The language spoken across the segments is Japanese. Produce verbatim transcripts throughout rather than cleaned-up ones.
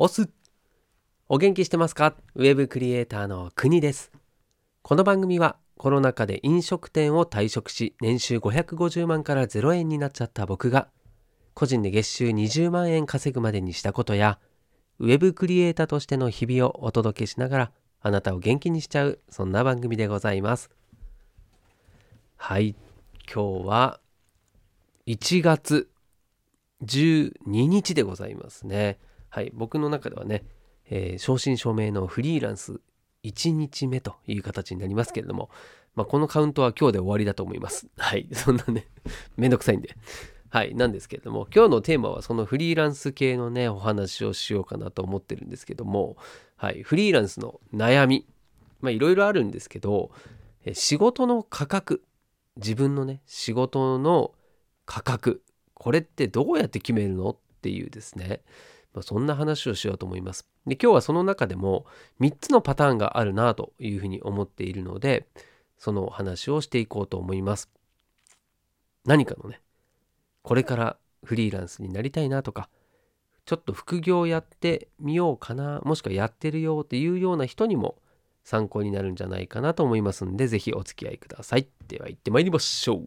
オス。お元気してますか？ウェブクリエイターの国です。この番組はコロナ禍で飲食店を退職し、年収ごひゃくごじゅうまんからゼロえんになっちゃった僕が、個人で月収にじゅうまんえん稼ぐまでにしたことや、ウェブクリエイターとしての日々をお届けしながら、あなたを元気にしちゃう、そんな番組でございます。はい、今日はいちがつじゅうににちでございますね。はい、僕の中ではね、えー、正真正銘のフリーランスいちにちめという形になりますけれども、まあ、このカウントは今日で終わりだと思います。はい、そんなね、めんどくさいんで。はい、なんですけれども、今日のテーマはそのフリーランス系のね、お話をしようかなと思ってるんですけども、はい、フリーランスの悩み、まあいろいろあるんですけど、え仕事の価格、自分のね、仕事の価格、これってどうやって決めるのっていうですね、まあ、そんな話をしようと思います。で、今日はその中でもみっつのパターンがあるなというふうに思っているので、その話をしていこうと思います。何かのね、これからフリーランスになりたいなとか、ちょっと副業やってみようかな、もしくはやってるよっていうような人にも参考になるんじゃないかなと思いますんで、ぜひお付き合いください。では行ってまいりましょう。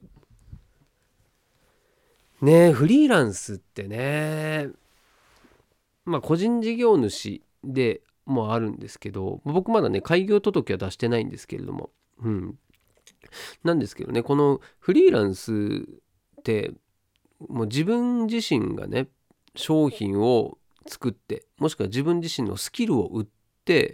ねえ、フリーランスってね、まあ個人事業主でもあるんですけど、僕まだね、開業届は出してないんですけれども、うん。なんですけどね、このフリーランスって、もう自分自身がね、商品を作って、もしくは自分自身のスキルを売って、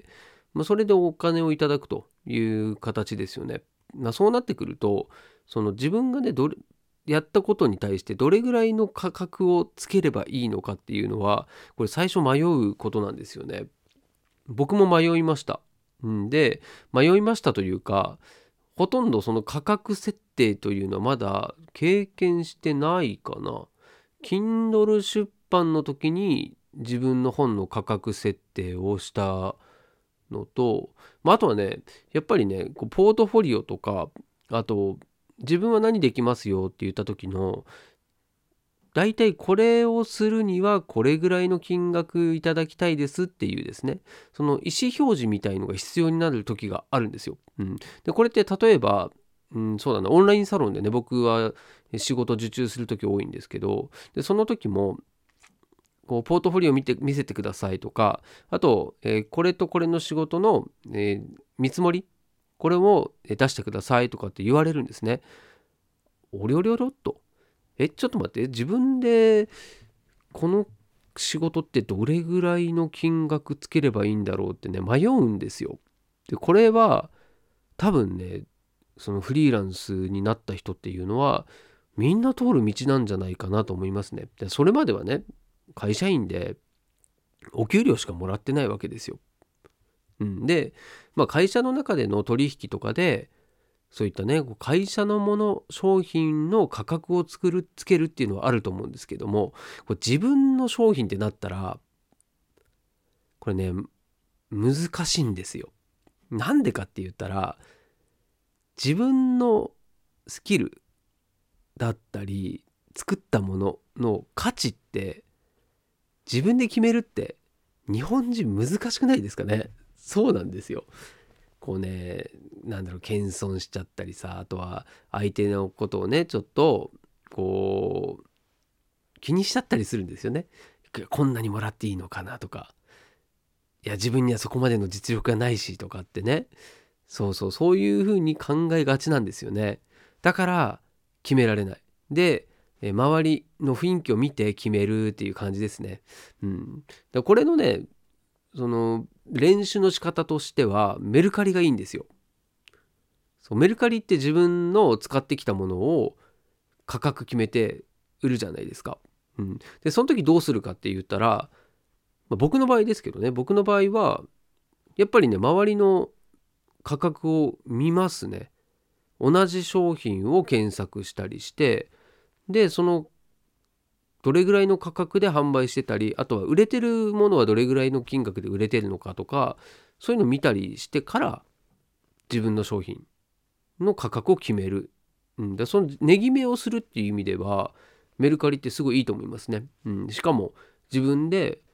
まあ、それでお金をいただくという形ですよね。まあ、そうなってくると、その自分がね、どれやったことに対してどれぐらいの価格をつければいいのかっていうのは、これ最初迷うことなんですよね。僕も迷いました。んで、迷いましたというか、ほとんどその価格設定というのはまだ経験してないかな。Kindle 出版の時に自分の本の価格設定をしたのと、まあ、あとはね、やっぱりね、こうポートフォリオとか、あと自分は何できますよって言った時の、だいたいこれをするにはこれぐらいの金額いただきたいですっていうですね、その意思表示みたいのが必要になる時があるんですよ。うん、でこれって例えば、うん、そうだな、オンラインサロンでね、僕は仕事受注する時多いんですけど、でその時もこうポートフォリオ見て見せてくださいとか、あと、えーこれとこれの仕事の、えー見積もり、これを出してくださいとかって言われるんですね。おりょりょろっと。え、ちょっと待って、自分でこの仕事ってどれぐらいの金額つければいいんだろうってね、迷うんですよ。で、これは多分ね、そのフリーランスになった人っていうのは、みんな通る道なんじゃないかなと思いますね。で、それまではね、会社員でお給料しかもらってないわけですよ。うん、で、まあ、会社の中での取引とかで、そういったね、会社のもの、商品の価格を作る、つけるっていうのはあると思うんですけども、これ自分の商品ってなったら、これね、難しいんですよ。なんでかって言ったら、自分のスキルだったり、作ったものの価値って自分で決めるって日本人難しくないですかね。そうなんですよ。こうね、なんだろう、謙遜しちゃったりさ、あとは相手のことをね、ちょっとこう気にしちゃったりするんですよね。こんなにもらっていいのかなとか、いや自分にはそこまでの実力がないしとかってね、そうそう、そういうふうに考えがちなんですよね。だから決められない。で、え周りの雰囲気を見て決めるっていう感じですね。うん。だこれのね、その練習の仕方としてはメルカリがいいんですよ。そう、メルカリって自分の使ってきたものを価格決めて売るじゃないですか。うん、でその時どうするかって言ったら、まあ、僕の場合ですけどね、僕の場合はやっぱりね、周りの価格を見ますね。同じ商品を検索したりして、でそのどれぐらいの価格で販売してたり、あとは売れてるものはどれぐらいの金額で売れてるのかとか、そういうのを見たりしてから自分の商品の価格を決める。うん、でその値決めをするっていう意味ではメルカリってすごいいいと思いますね。うん、しかも自分で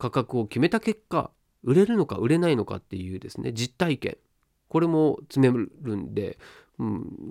価格を決めた結果、売れるのか売れないのかっていうですね、実体験、これも詰めるんで、うん、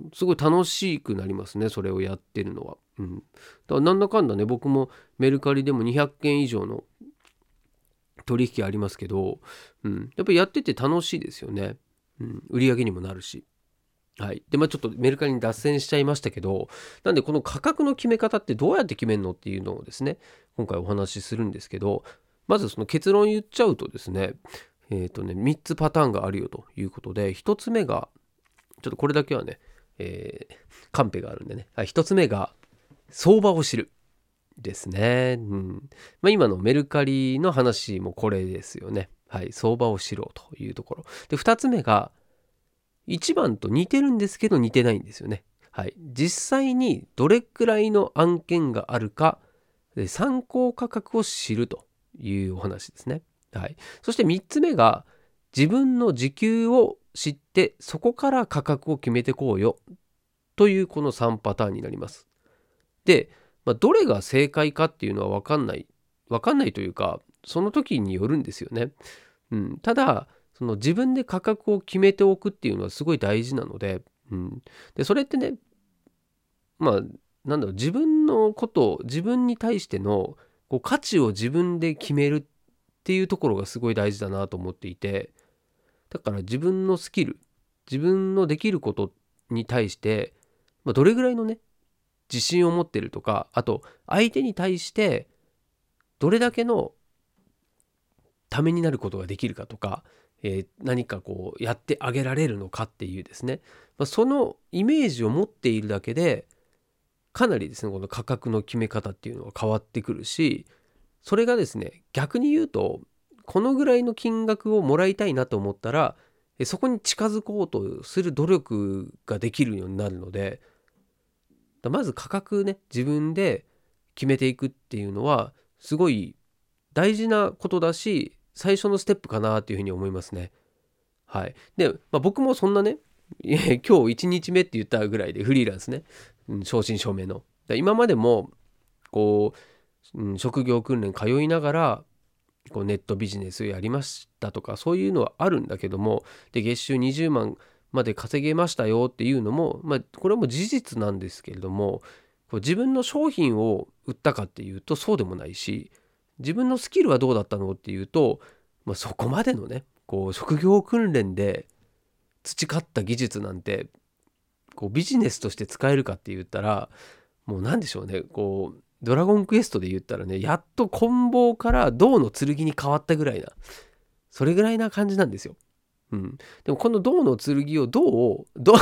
すごい楽しくなりますね、それをやってるのは。うん、だからなんだかんだね、僕もメルカリでもにひゃくけん以上の取引ありますけど、うん、やっぱりやってて楽しいですよね。うん、売り上げにもなるし。はい。で、まあちょっとメルカリに脱線しちゃいましたけど、なんでこの価格の決め方ってどうやって決めるのっていうのをですね、今回お話しするんですけど、まずその結論言っちゃうとですね、えっとね、みっつパターンがあるよということで、ひとつめが、ちょっとこれだけはね、えー、カンペがあるんでね、はい、ひとつめが、相場を知るですね。うん。まあ今のメルカリの話もこれですよね。はい、相場を知ろうというところ。で、ふたつめが、いちばんと似てるんですけど似てないんですよね。はい。実際にどれくらいの案件があるか、で参考価格を知るというお話ですね。はい。そしてみっつめが、自分の時給を知って、そこから価格を決めてこうよというこのさんパターンになります。で、まあ、どれが正解かっていうのは分かんない。分かんないというか、その時によるんですよね。うん、ただ、その自分で価格を決めておくっていうのはすごい大事なので、うん、でそれってね、まあなんだろう、自分のことを自分に対してのこう価値を自分で決めるっていうところがすごい大事だなと思っていて、だから自分のスキル、自分のできることに対して、まあ、どれぐらいのね自信を持ってるとか、あと相手に対してどれだけのためになることができるかとか、えー何かこうやってあげられるのかっていうですね、まあ、そのイメージを持っているだけでかなりですね、この価格の決め方っていうのは変わってくるし、それがですね、逆に言うとこのぐらいの金額をもらいたいなと思ったら、えそこに近づこうとする努力ができるようになるので、だまず価格ね、自分で決めていくっていうのはすごい大事なことだし、最初のステップかなっていうふうに思いますね。はい。で、まあ、僕もそんなね、いえ今日いちにちめって言ったぐらいでフリーランスね、うん、正真正銘の。だ今までもこう、うん、職業訓練通いながらこうネットビジネスやりましたとかそういうのはあるんだけども、で月収にじゅうまんまで稼げましたよっていうのも、まあ、これも事実なんですけれども、こう自分の商品を売ったかっていうとそうでもないし、自分のスキルはどうだったのっていうと、まあ、そこまでのねこう職業訓練で培った技術なんてこうビジネスとして使えるかって言ったら、もう何でしょうね、こうドラゴンクエストで言ったらね、やっと棍棒から銅の剣に変わったぐらいな、それぐらいな感じなんですよ。うん、でもこの銅の剣をどうど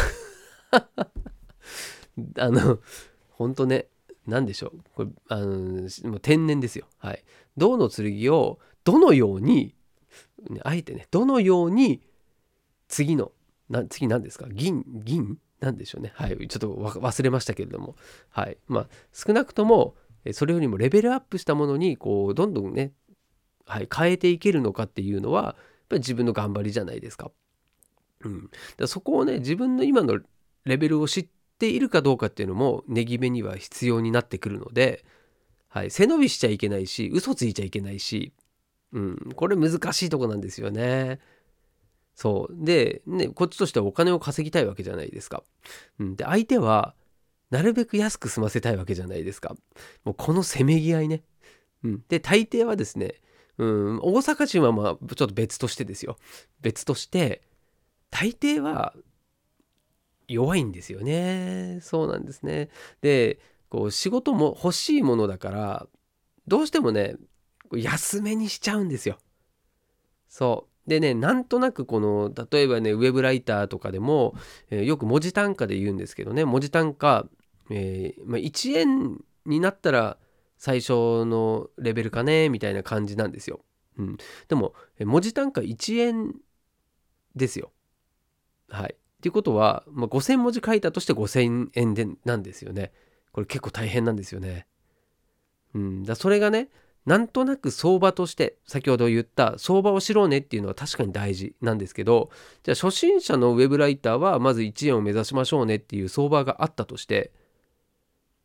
あの本当ね、何でしょう、これあのもう天然ですよ。はい。銅の剣をどのように、あえてね、どのように次のな次何ですか、銀銀なんでしょうね。はい。ちょっと忘れましたけれども、はい。まあ少なくともそれよりもレベルアップしたものにこうどんどんね、はい、変えていけるのかっていうのはやっぱり自分の頑張りじゃないですか。うん。だからそこをね、自分の今のレベルを知っているかどうかっていうのもネギ目には必要になってくるので、はい、背伸びしちゃいけないし、嘘ついちゃいけないし、うん、これ難しいとこなんですよね。そうでね、こっちとしてはお金を稼ぎたいわけじゃないですか。うん、で相手はなるべく安く済ませたいわけじゃないですか。もうこのせめぎ合いね。うん、で大抵はですね、うん、大阪人はまあちょっと別としてですよ。別として大抵は弱いんですよね。そうなんですね。でこう仕事も欲しいものだからどうしてもね安めにしちゃうんですよ。そうでね、なんとなくこの例えばねウェブライターとかでも、えーよく文字単価で言うんですけどね、文字単価、えーまあ、いちえんになったら最初のレベルかねみたいな感じなんですよ。うん、でもえー文字単価いちえんですよ。はい。っていうことは、まあ、ごせん文字書いたとしてごせんえんでなんですよね。これ結構大変なんですよね。うん、だそれがね、なんとなく相場として先ほど言った相場を知ろうねっていうのは確かに大事なんですけど、じゃあ初心者のウェブライターはまずいちえんを目指しましょうねっていう相場があったとして、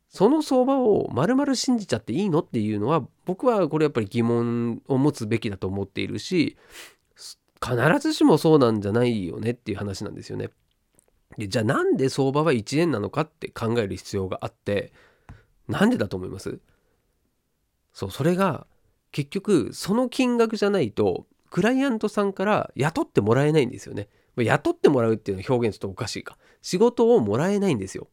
その相場を丸々信じちゃっていいのっていうのは、僕はこれやっぱり疑問を持つべきだと思っているし、必ずしもそうなんじゃないよねっていう話なんですよね。で、じゃあなんで相場はいちえんなのかって考える必要があって、なんでだと思います？そう、それが結局その金額じゃないとクライアントさんから雇ってもらえないんですよね。雇ってもらうっていうのは表現ちょっとおかしいか。仕事をもらえないんですよ。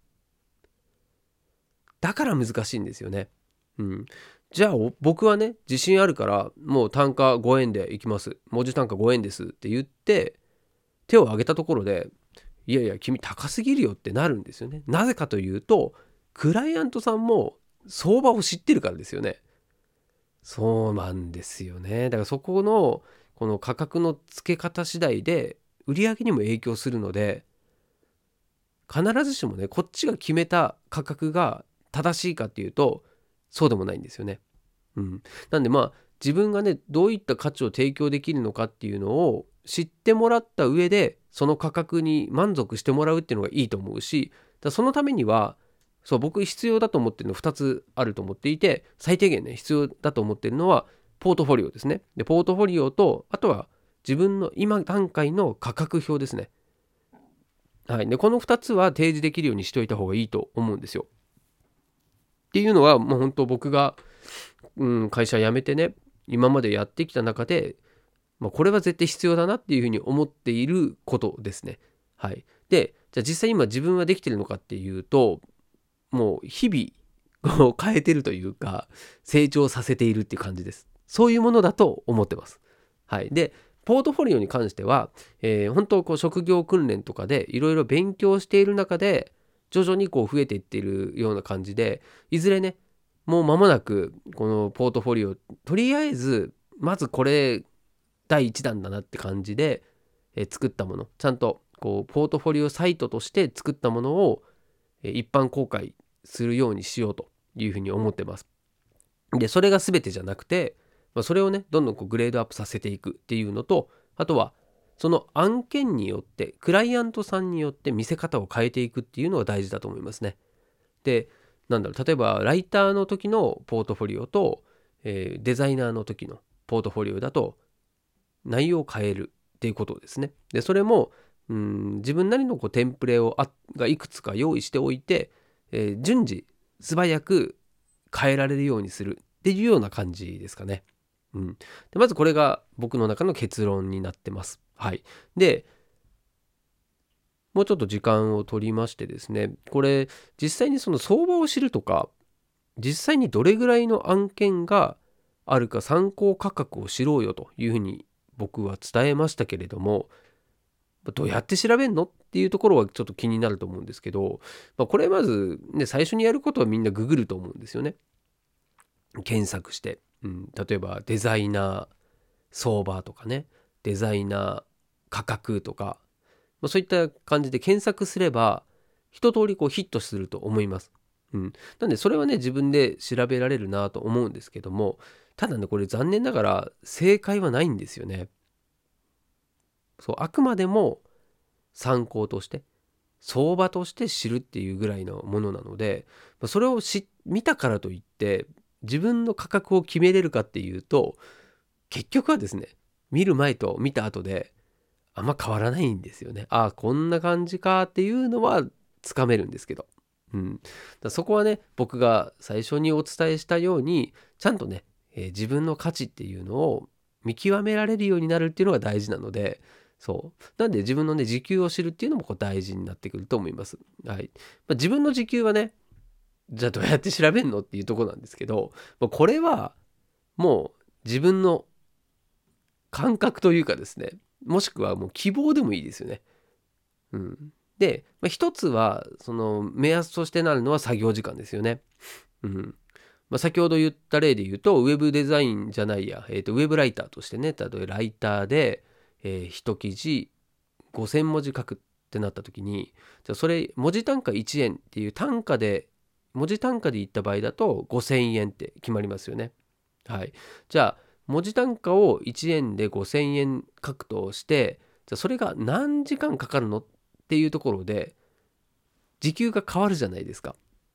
だから難しいんですよね。うん。じゃあ僕はね、自信あるからもう単価ごえんでいきます。文字単価ごえんですって言って手を挙げたところで、いやいや君高すぎるよってなるんですよね。なぜかというと、クライアントさんも相場を知ってるからですよね。そうなんですよね。だからそこのこの価格の付け方次第で売り上げにも影響するので、必ずしもねこっちが決めた価格が正しいかっていうとそうでもないんですよね。うん、なんでまあ自分がねどういった価値を提供できるのかっていうのを知ってもらった上でその価格に満足してもらうっていうのがいいと思うし、だそのためにはそう僕必要だと思ってるのふたつあると思っていて、最低限ね必要だと思ってるのはポートフォリオですね。でポートフォリオと、あとは自分の今段階の価格表ですね。はい、でこのふたつは提示できるようにしておいた方がいいと思うんですよ。っていうのはもう本当僕が、うん、会社辞めてね今までやってきた中で、まあ、これは絶対必要だなっていうふうに思っていることですね。はい、でじゃあ実際今自分はできてるのかっていうと、もう日々を変えてるというか成長させているっていう感じです。そういうものだと思ってます。はい、でポートフォリオに関しては、えー、本当こう職業訓練とかでいろいろ勉強している中で徐々にこう増えていっているような感じで、いずれねもう間もなくこのポートフォリオとりあえずまずこれだいいちだんだなって感じで、えー作ったもの、ちゃんとこうポートフォリオサイトとして作ったものを、えー一般公開するようにしようというふうに思ってます。でそれが全てじゃなくて、まあ、それをねどんどんこうグレードアップさせていくっていうのと、あとはその案件によってクライアントさんによって見せ方を変えていくっていうのが大事だと思いますね。でなんだろう、例えばライターの時のポートフォリオと、えーデザイナーの時のポートフォリオだと内容を変えるっていうことですね。でそれもうん自分なりのこうテンプレをあがいくつか用意しておいて、えー順次素早く変えられるようにするっていうような感じですかね。うん、でまずこれが僕の中の結論になってます。はい、でもうちょっと時間を取りましてですね、これ実際にその相場を知るとか、実際にどれぐらいの案件があるか参考価格を知ろうよというふうに僕は伝えましたけれども、どうやって調べるのっていうところはちょっと気になると思うんですけど、まあ、これまずね最初にやることはみんなググると思うんですよね。検索して、うん、例えばデザイナー相場とかね、デザイナー価格とか、まあ、そういった感じで検索すれば一通りこうヒットすると思います。うん、なんでそれはね自分で調べられるなと思うんですけども、ただねこれ残念ながら正解はないんですよね。そうあくまでも参考として相場として知るっていうぐらいのものなので、それを知見たからといって自分の価格を決めれるかっていうと、結局はですね見る前と見た後であんま変わらないんですよね。ああこんな感じかっていうのはつかめるんですけど、うん、だそこはね僕が最初にお伝えしたようにちゃんとね、えー自分の価値っていうのを見極められるようになるっていうのが大事なので、そうなんで自分のね時給を知るっていうのもこう大事になってくると思います。はい、まあ、自分の時給はねじゃあどうやって調べるのっていうところなんですけど、まあ、これはもう自分の感覚というかですね、もしくはもう希望でもいいですよね。うん、で、まあ、一つはその目安としてなるのは作業時間ですよね。うんまあ、先ほど言った例で言うとウェブデザインじゃないや、えー、とウェブライターとしてね、例えばライターで、えー、一記事ごせんもじ書くってなった時に、じゃあそれ文字単価いちえんっていう単価で文字単価で言った場合だとごせんえんって決まりますよね。はい、じゃあ文字単価をいちえんでごせんえん書くとして、じゃあそれが何時間かかるのっていうところで時給が変わるじゃないですか。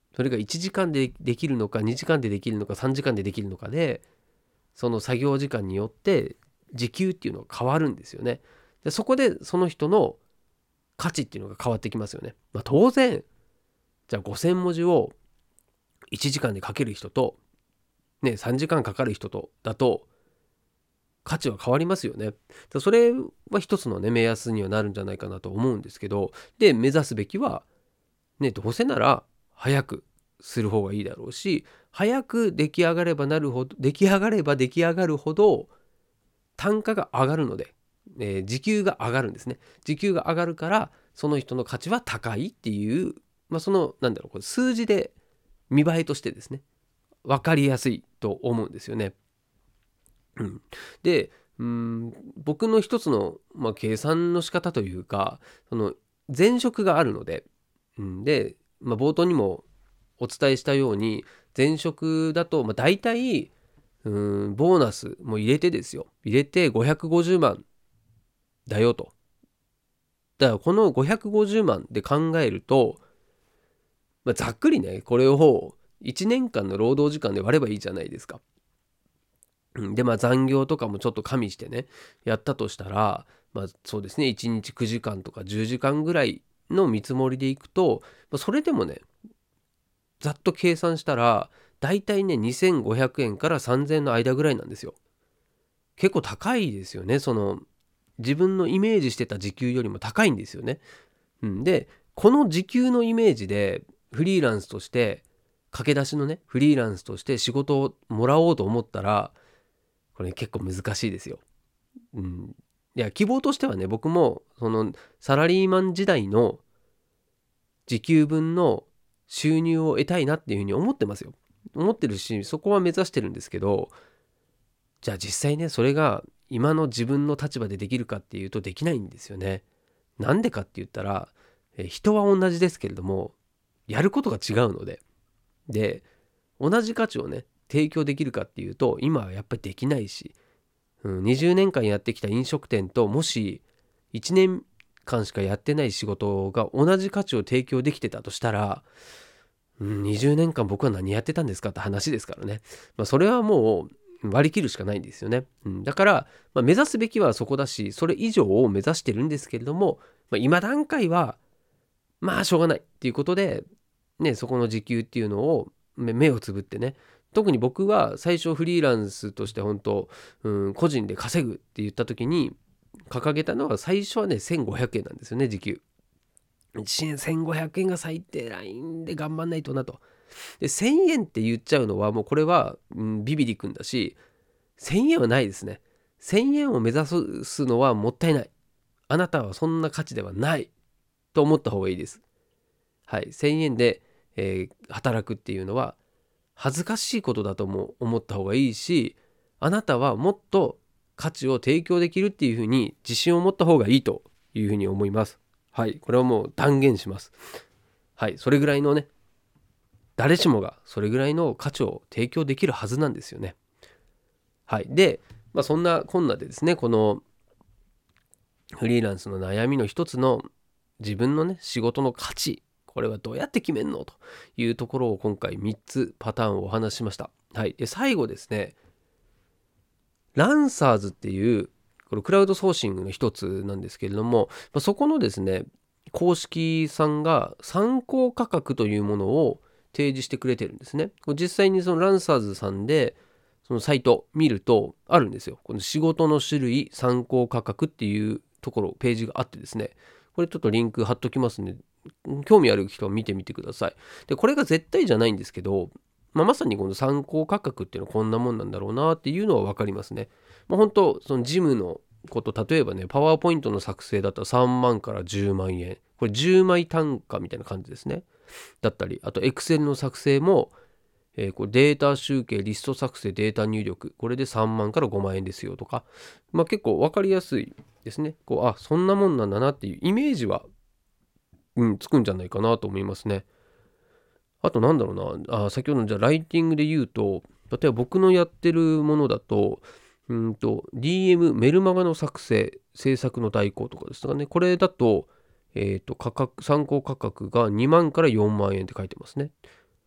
それがいちじかんでできるのかにじかんでできるのかさんじかんでできるのかで、その作業時間によって時給っていうのが変わるんですよね。でそこでその人の価値っていうのが変わってきますよね。まあ、当然じゃあごせん文字をいちじかんで書ける人と、ね、さんじかんかかる人とだと価値は変わりますよね。それは一つのね目安にはなるんじゃないかなと思うんですけど、で目指すべきはね、どうせなら早くする方がいいだろうし、早く出来上がればなるほど出来上がれば出来上がるほど単価が上がるので、えー時給が上がるんですね。時給が上がるからその人の価値は高いっていう、まあ、そのなんだろう、これ数字で見栄えとしてですね分かりやすいと思うんですよね。うん、でうーん僕の一つの、まあ、計算の仕方というか、その前職があるので、うん、で、まあ、冒頭にもお伝えしたように前職だと、まあ、大体うーんボーナスも入れてですよ、入れてごひゃくごじゅうまんだよと。だからこのごひゃくごじゅうまんで考えると、まあ、ざっくりねこれをいちねんかんの労働時間で割ればいいじゃないですか。でまあ残業とかもちょっと加味してねやったとしたら、まあそうですねいちにちくじかんとかじゅうじかんぐらいの見積もりでいくと、まあ、それでもねざっと計算したらだいたいねにせんごひゃくえんからさんぜんえんの間ぐらいなんですよ。結構高いですよね。その自分のイメージしてた時給よりも高いんですよね。うん、でこの時給のイメージでフリーランスとして駆け出しのねフリーランスとして仕事をもらおうと思ったらこれ結構難しいですよ。うん、いや希望としてはね僕もそのサラリーマン時代の時給分の収入を得たいなっていうふうに思ってますよ。思ってるしそこは目指してるんですけど、じゃあ実際ねそれが今の自分の立場でできるかっていうとできないんですよね。なんでかって言ったらえ人は同じですけれどもやることが違うので、で同じ価値をね提供できるかっていうと今はやっぱりできないし、うん、にじゅうねんかんやってきた飲食店ともしいちねんかんしかやってない仕事が同じ価値を提供できてたとしたら、うん、にじゅうねんかん僕は何やってたんですかって話ですからね。まあ、それはもう割り切るしかないんですよね。うん、だから、まあ、目指すべきはそこだしそれ以上を目指してるんですけれども、まあ、今段階はまあしょうがないっていうことで、ね、そこの時給っていうのを目をつぶってね、特に僕は最初フリーランスとして本当、うん、個人で稼ぐって言った時に掲げたのは最初はねせんごひゃくえんなんですよね時給。せんごひゃくえんが最低ラインで頑張んないとなと。でせんえんって言っちゃうのはもうこれは、うん、ビビリくんだしせんえんはないですね。せんえんを目指すのはもったいない。あなたはそんな価値ではないと思った方がいいです。はい、せんえんで、えー働くっていうのは恥ずかしいことだとも思った方がいいし、あなたはもっと価値を提供できるっていうふうに自信を持った方がいいというふうに思います。はい、これはもう断言します。はい、それぐらいのね、誰しもがそれぐらいの価値を提供できるはずなんですよね。はい、で、まあ、そんなこんなでですね、このフリーランスの悩みの一つの自分のね仕事の価値、これはどうやって決めんのというところを今回みっつパターンをお話ししました。はい、で最後ですね、ランサーズっていうこれクラウドソーシングの一つなんですけれども、まあ、そこのですね公式さんが参考価格というものを提示してくれてるんですね。実際にそのランサーズさんでそのサイト見るとあるんですよ。この仕事の種類参考価格っていうところページがあってですね、これちょっとリンク貼っときますね。興味ある人は見てみてください。でこれが絶対じゃないんですけど、まあ、まさにこの参考価格っていうのはこんなもんなんだろうなっていうのは分かりますね。まあ、本当そのジムのこと例えばねパワーポイントの作成だったらさんまんからじゅうまんえん、これじゅうまい単価みたいな感じですね。だったりあと Excel の作成も、えー、これデータ集計リスト作成データ入力これでさんまんからごまんえんですよとか、まあ、結構分かりやすいですね。こうあそんなもんなんだなっていうイメージは、うん、つくんじゃないかなと思いますね。あとなんだろうなあ先ほどのじゃあライティングで言うと、例えば僕のやってるものだとうんと ディーエム メルマガの作成制作の代行とかですかね。これだとえっと価格参考価格がにまんからよんまんえんって書いてますね。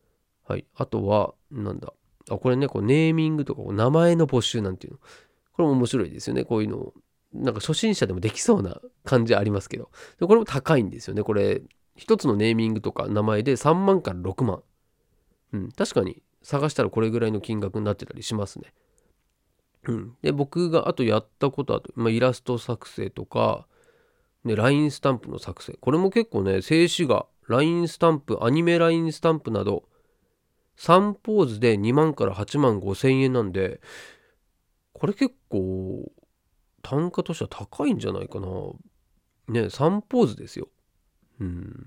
はい。あとは、なんだ。あ、これね、こうネーミングとか名前の募集なんていうの。これも面白いですよね。こういうの。なんか初心者でもできそうな感じありますけど。これも高いんですよね。これ、一つのネーミングとか名前でさんまんからろくまん。うん。確かに探したらこれぐらいの金額になってたりしますね。うん。で、僕があとやったことは、まあ、イラスト作成とか、ね、ライン スタンプの作成。これも結構ね、静止画、ライン スタンプ、アニメラインスタンプなど、さんポーズでにまんからはちまんごせんえんなんで、これ結構単価としては高いんじゃないかな。ね、さんポーズですよ。うん。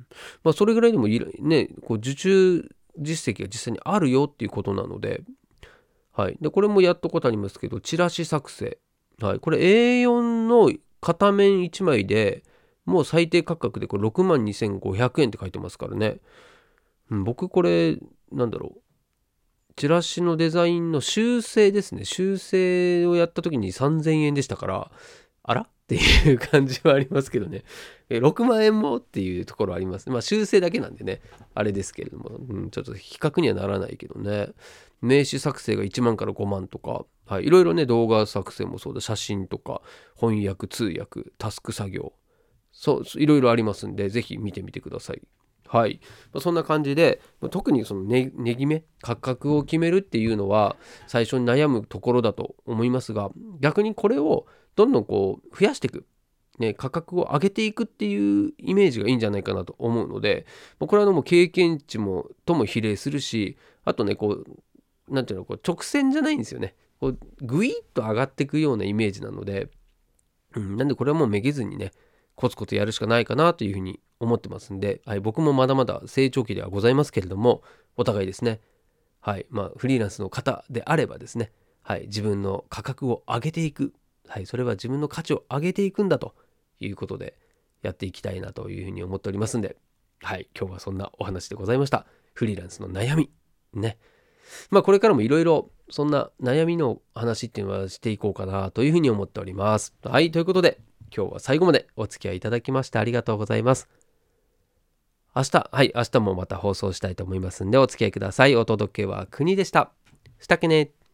まあそれぐらいでもいいね、こう受注実績が実際にあるよっていうことなので、はい。で、これもやったことありますけど、チラシ作成。はい。これ エーよん の片面いちまいでもう最低価格でこれろくまんにせんごひゃくえんって書いてますからね。うん、僕これ、なんだろう。チラシのデザインの修正ですね。修正をやった時にさんぜんえんでしたから、あらっていう感じはありますけどね。え、ろくまん円もっていうところあります。まあ修正だけなんでね、あれですけれども、うん、ちょっと比較にはならないけどね。名刺作成がいちまんからごまんとか、はい、いろいろね、動画作成もそうだ、写真とか、翻訳、通訳、タスク作業、そう、いろいろありますんで、ぜひ見てみてください。はい。まあ、そんな感じで、特にそのね、値決め、価格を決めるっていうのは、最初に悩むところだと思いますが、逆にこれをどんどんこう、増やしていく。ね、価格を上げていくっていうイメージがいいんじゃないかなと思うので、これはもう経験値もとも比例するし、あとね、こう、なんていうの、こう直線じゃないんですよね。こうグイッと上がっていくようなイメージなので、うん、なんでこれはもうめげずにね、コツコツやるしかないかなというふうに思ってますんで、はい、僕もまだまだ成長期ではございますけれども、お互いですね、はい、まあフリーランスの方であればですね、はい、自分の価格を上げていく、はい、それは自分の価値を上げていくんだということでやっていきたいなというふうに思っておりますんで、はい、今日はそんなお話でございました。フリーランスの悩み、ね。まあこれからもいろいろそんな悩みの話っていうのはしていこうかなというふうに思っております。はい、ということで今日は最後までお付き合いいただきましてありがとうございます。明日、はい、明日もまた放送したいと思いますんでお付き合いください。お届けは国でした。したっけね。